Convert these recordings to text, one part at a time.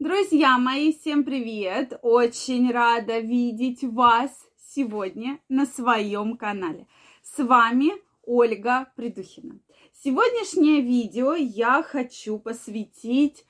Друзья мои, всем привет! Очень рада видеть вас сегодня на своем канале. С вами Ольга Придухина. Сегодняшнее видео я хочу посвятить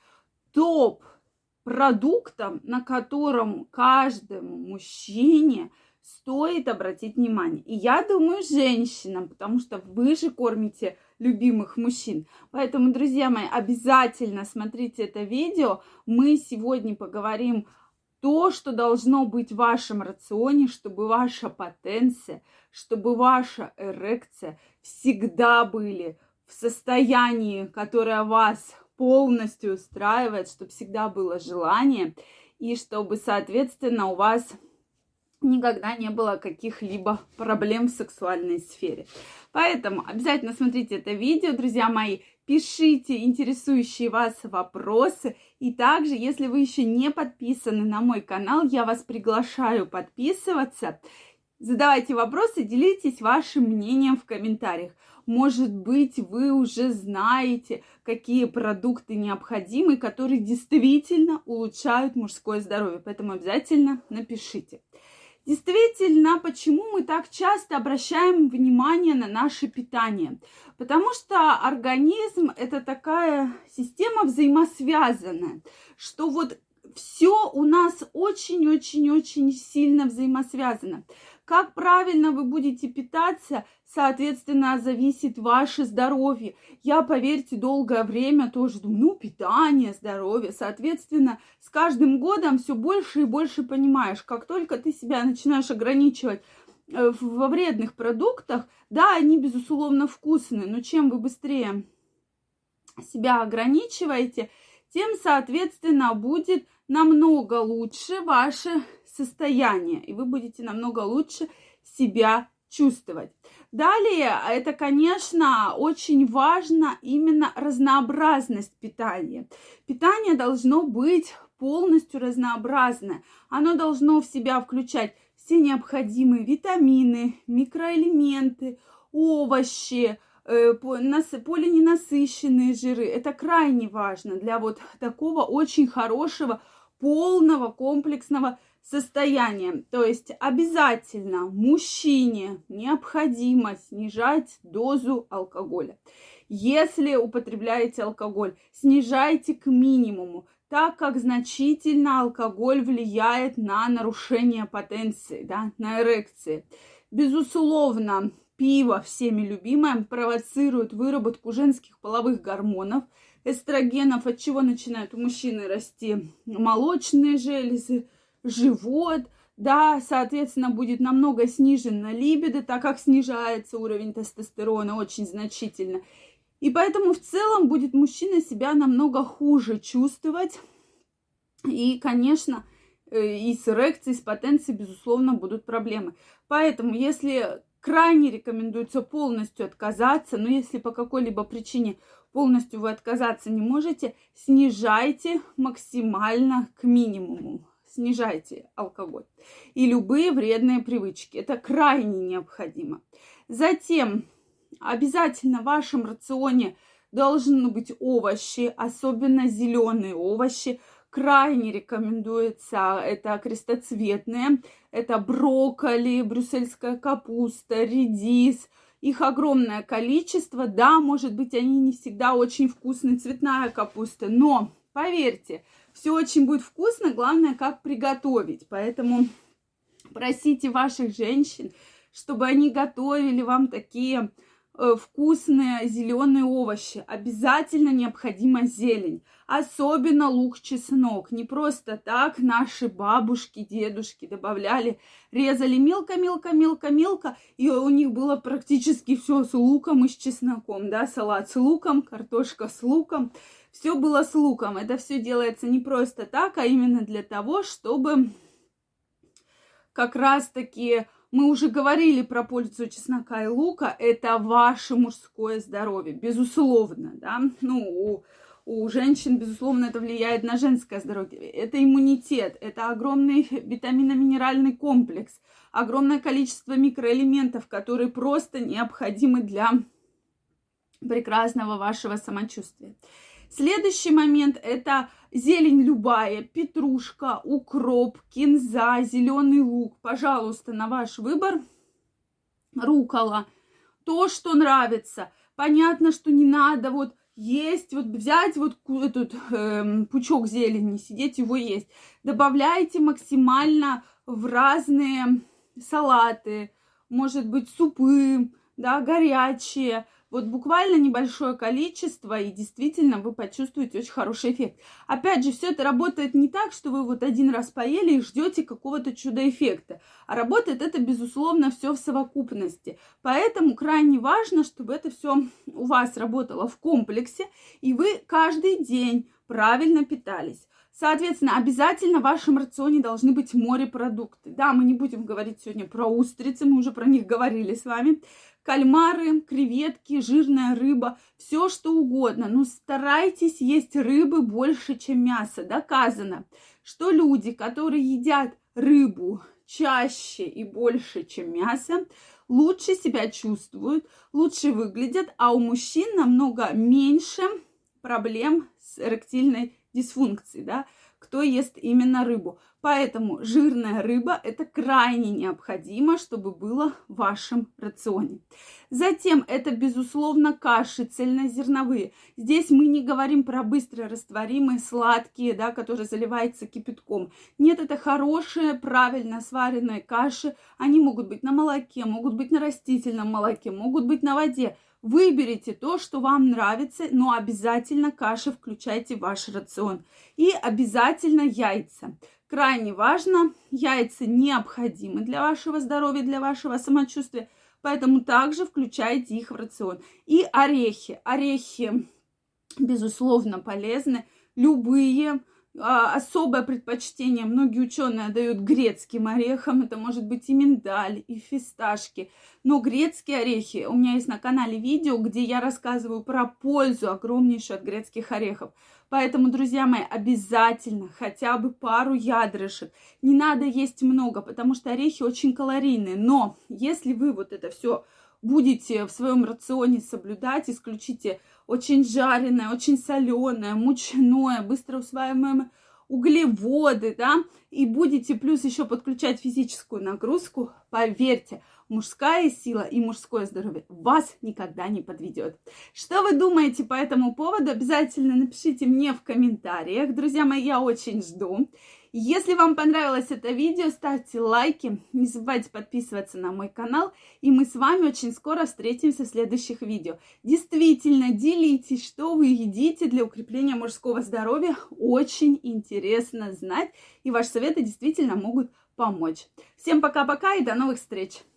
топ-продуктам, на котором каждому мужчине стоит обратить внимание. И я думаю, женщинам, потому что вы же кормите любимых мужчин. Поэтому, друзья мои, обязательно смотрите это видео. Мы сегодня поговорим то, что должно быть в вашем рационе, чтобы ваша потенция, чтобы ваша эрекция всегда были в состоянии, которое вас полностью устраивает, чтобы всегда было желание и чтобы, соответственно, у вас никогда не было каких-либо проблем в сексуальной сфере. Поэтому обязательно смотрите это видео, друзья мои, пишите интересующие вас вопросы. И также, если вы еще не подписаны на мой канал, я вас приглашаю подписываться. Задавайте вопросы, делитесь вашим мнением в комментариях. Может быть, вы уже знаете, какие продукты необходимы, которые действительно улучшают мужское здоровье. Поэтому обязательно напишите. Действительно, почему мы так часто обращаем внимание на наше питание? Потому что организм – это такая система взаимосвязанная, что вот все у нас очень-очень-очень сильно взаимосвязано. Как правильно вы будете питаться, соответственно, зависит ваше здоровье. Я, поверьте, долгое время тоже думаю, питание, здоровье. Соответственно, с каждым годом все больше и больше понимаешь, как только ты себя начинаешь ограничивать во вредных продуктах, да, они, безусловно, вкусные, но чем вы быстрее себя ограничиваете, тем, соответственно, будет намного лучше ваше состояние, и вы будете намного лучше себя чувствовать. Далее, это, конечно, очень важно именно разнообразность питания. Питание должно быть полностью разнообразное. Оно должно в себя включать все необходимые витамины, микроэлементы, овощи, полиненасыщенные жиры. Это крайне важно для вот такого очень хорошего, полного, комплексного состояния. То есть обязательно мужчине необходимо снижать дозу алкоголя. Если употребляете алкоголь, снижайте к минимуму, так как значительно алкоголь влияет на нарушение потенции, да, на эрекции. Безусловно, пиво, всеми любимое, провоцирует выработку женских половых гормонов, эстрогенов, от чего начинают у мужчины расти молочные железы, живот, да, соответственно, будет намного снижена либидо, так как снижается уровень тестостерона очень значительно. И поэтому в целом будет мужчина себя намного хуже чувствовать. И, конечно, и с эрекцией, и с потенцией, безусловно, будут проблемы. Поэтому, если крайне рекомендуется полностью отказаться, но если по какой-либо причине полностью вы отказаться не можете, снижайте максимально к минимуму. Снижайте алкоголь и любые вредные привычки. Это крайне необходимо. Затем обязательно в вашем рационе должны быть овощи, особенно зеленые овощи. Крайне рекомендуется это крестоцветные, это брокколи, брюссельская капуста, редис. Их огромное количество. Да, может быть, они не всегда очень вкусные, цветная капуста, но поверьте, все очень будет вкусно, главное, как приготовить. Поэтому просите ваших женщин, чтобы они готовили вам такие вкусные зеленые овощи. Обязательно необходима зелень. Особенно лук, чеснок. Не просто так наши бабушки, дедушки добавляли, резали мелко-мелко-мелко-мелко, и у них было практически все с луком и с чесноком. Да? Салат с луком, картошка с луком. Все было с луком. Это все делается не просто так, а именно для того, чтобы как раз-таки мы уже говорили про пользу чеснока и лука. Это ваше мужское здоровье, безусловно, да. Ну, у женщин, безусловно, это влияет на женское здоровье. Это иммунитет, это огромный витаминно-минеральный комплекс, огромное количество микроэлементов, которые просто необходимы для прекрасного вашего самочувствия. Следующий момент – это Зелень любая, петрушка, укроп, кинза, зеленый лук. Пожалуйста, на ваш выбор. Руккола. То, что нравится. Понятно, что не надо вот есть, вот взять вот этот пучок зелени, сидеть его есть. Добавляйте максимально в разные салаты, может быть, супы, да, горячие. Вот буквально небольшое количество, и действительно вы почувствуете очень хороший эффект. Опять же, все это работает не так, что вы вот один раз поели и ждете какого-то чудо-эффекта. А работает это, безусловно, все в совокупности. Поэтому крайне важно, чтобы это все у вас работало в комплексе, и вы каждый день правильно питались. Соответственно, обязательно в вашем рационе должны быть морепродукты. Да, мы не будем говорить сегодня про устрицы, мы уже про них говорили с вами. Кальмары, креветки, жирная рыба, все что угодно. Но старайтесь есть рыбы больше, чем мясо. Доказано, что люди, которые едят рыбу чаще и больше, чем мясо, лучше себя чувствуют, лучше выглядят, а у мужчин намного меньше проблем с эректильной дисфункцией, да, кто ест именно рыбу. Поэтому жирная рыба – это крайне необходимо, чтобы было в вашем рационе. Затем это, безусловно, каши цельнозерновые. Здесь мы не говорим про быстро растворимые, сладкие, да, которые заливаются кипятком. Нет, это хорошие, правильно сваренные каши. Они могут быть на молоке, могут быть на растительном молоке, могут быть на воде. Выберите то, что вам нравится, но обязательно каши включайте в ваш рацион. И обязательно яйца. Крайне важно, яйца необходимы для вашего здоровья, для вашего самочувствия, поэтому также включайте их в рацион. И орехи. Орехи, безусловно, полезны. Любые. Особое предпочтение многие ученые отдают грецким орехам. Это может быть и миндаль, и фисташки. Но грецкие орехи, у меня есть на канале видео, где я рассказываю про пользу огромнейшую от грецких орехов. Поэтому, друзья мои, обязательно хотя бы пару ядрышек. Не надо есть много, потому что орехи очень калорийные. Но если вы вот это все будете в своем рационе соблюдать, исключите очень жареное, очень соленое, мучное, быстро усваиваемые углеводы, да, и будете плюс еще подключать физическую нагрузку, поверьте, мужская сила и мужское здоровье вас никогда не подведет. Что вы думаете по этому поводу? Обязательно напишите мне в комментариях. Друзья мои, я очень жду. Если вам понравилось это видео, ставьте лайки, не забывайте подписываться на мой канал, и мы с вами очень скоро встретимся в следующих видео. Действительно, делитесь, что вы едите для укрепления мужского здоровья. Очень интересно знать, и ваши советы действительно могут помочь. Всем пока-пока и до новых встреч!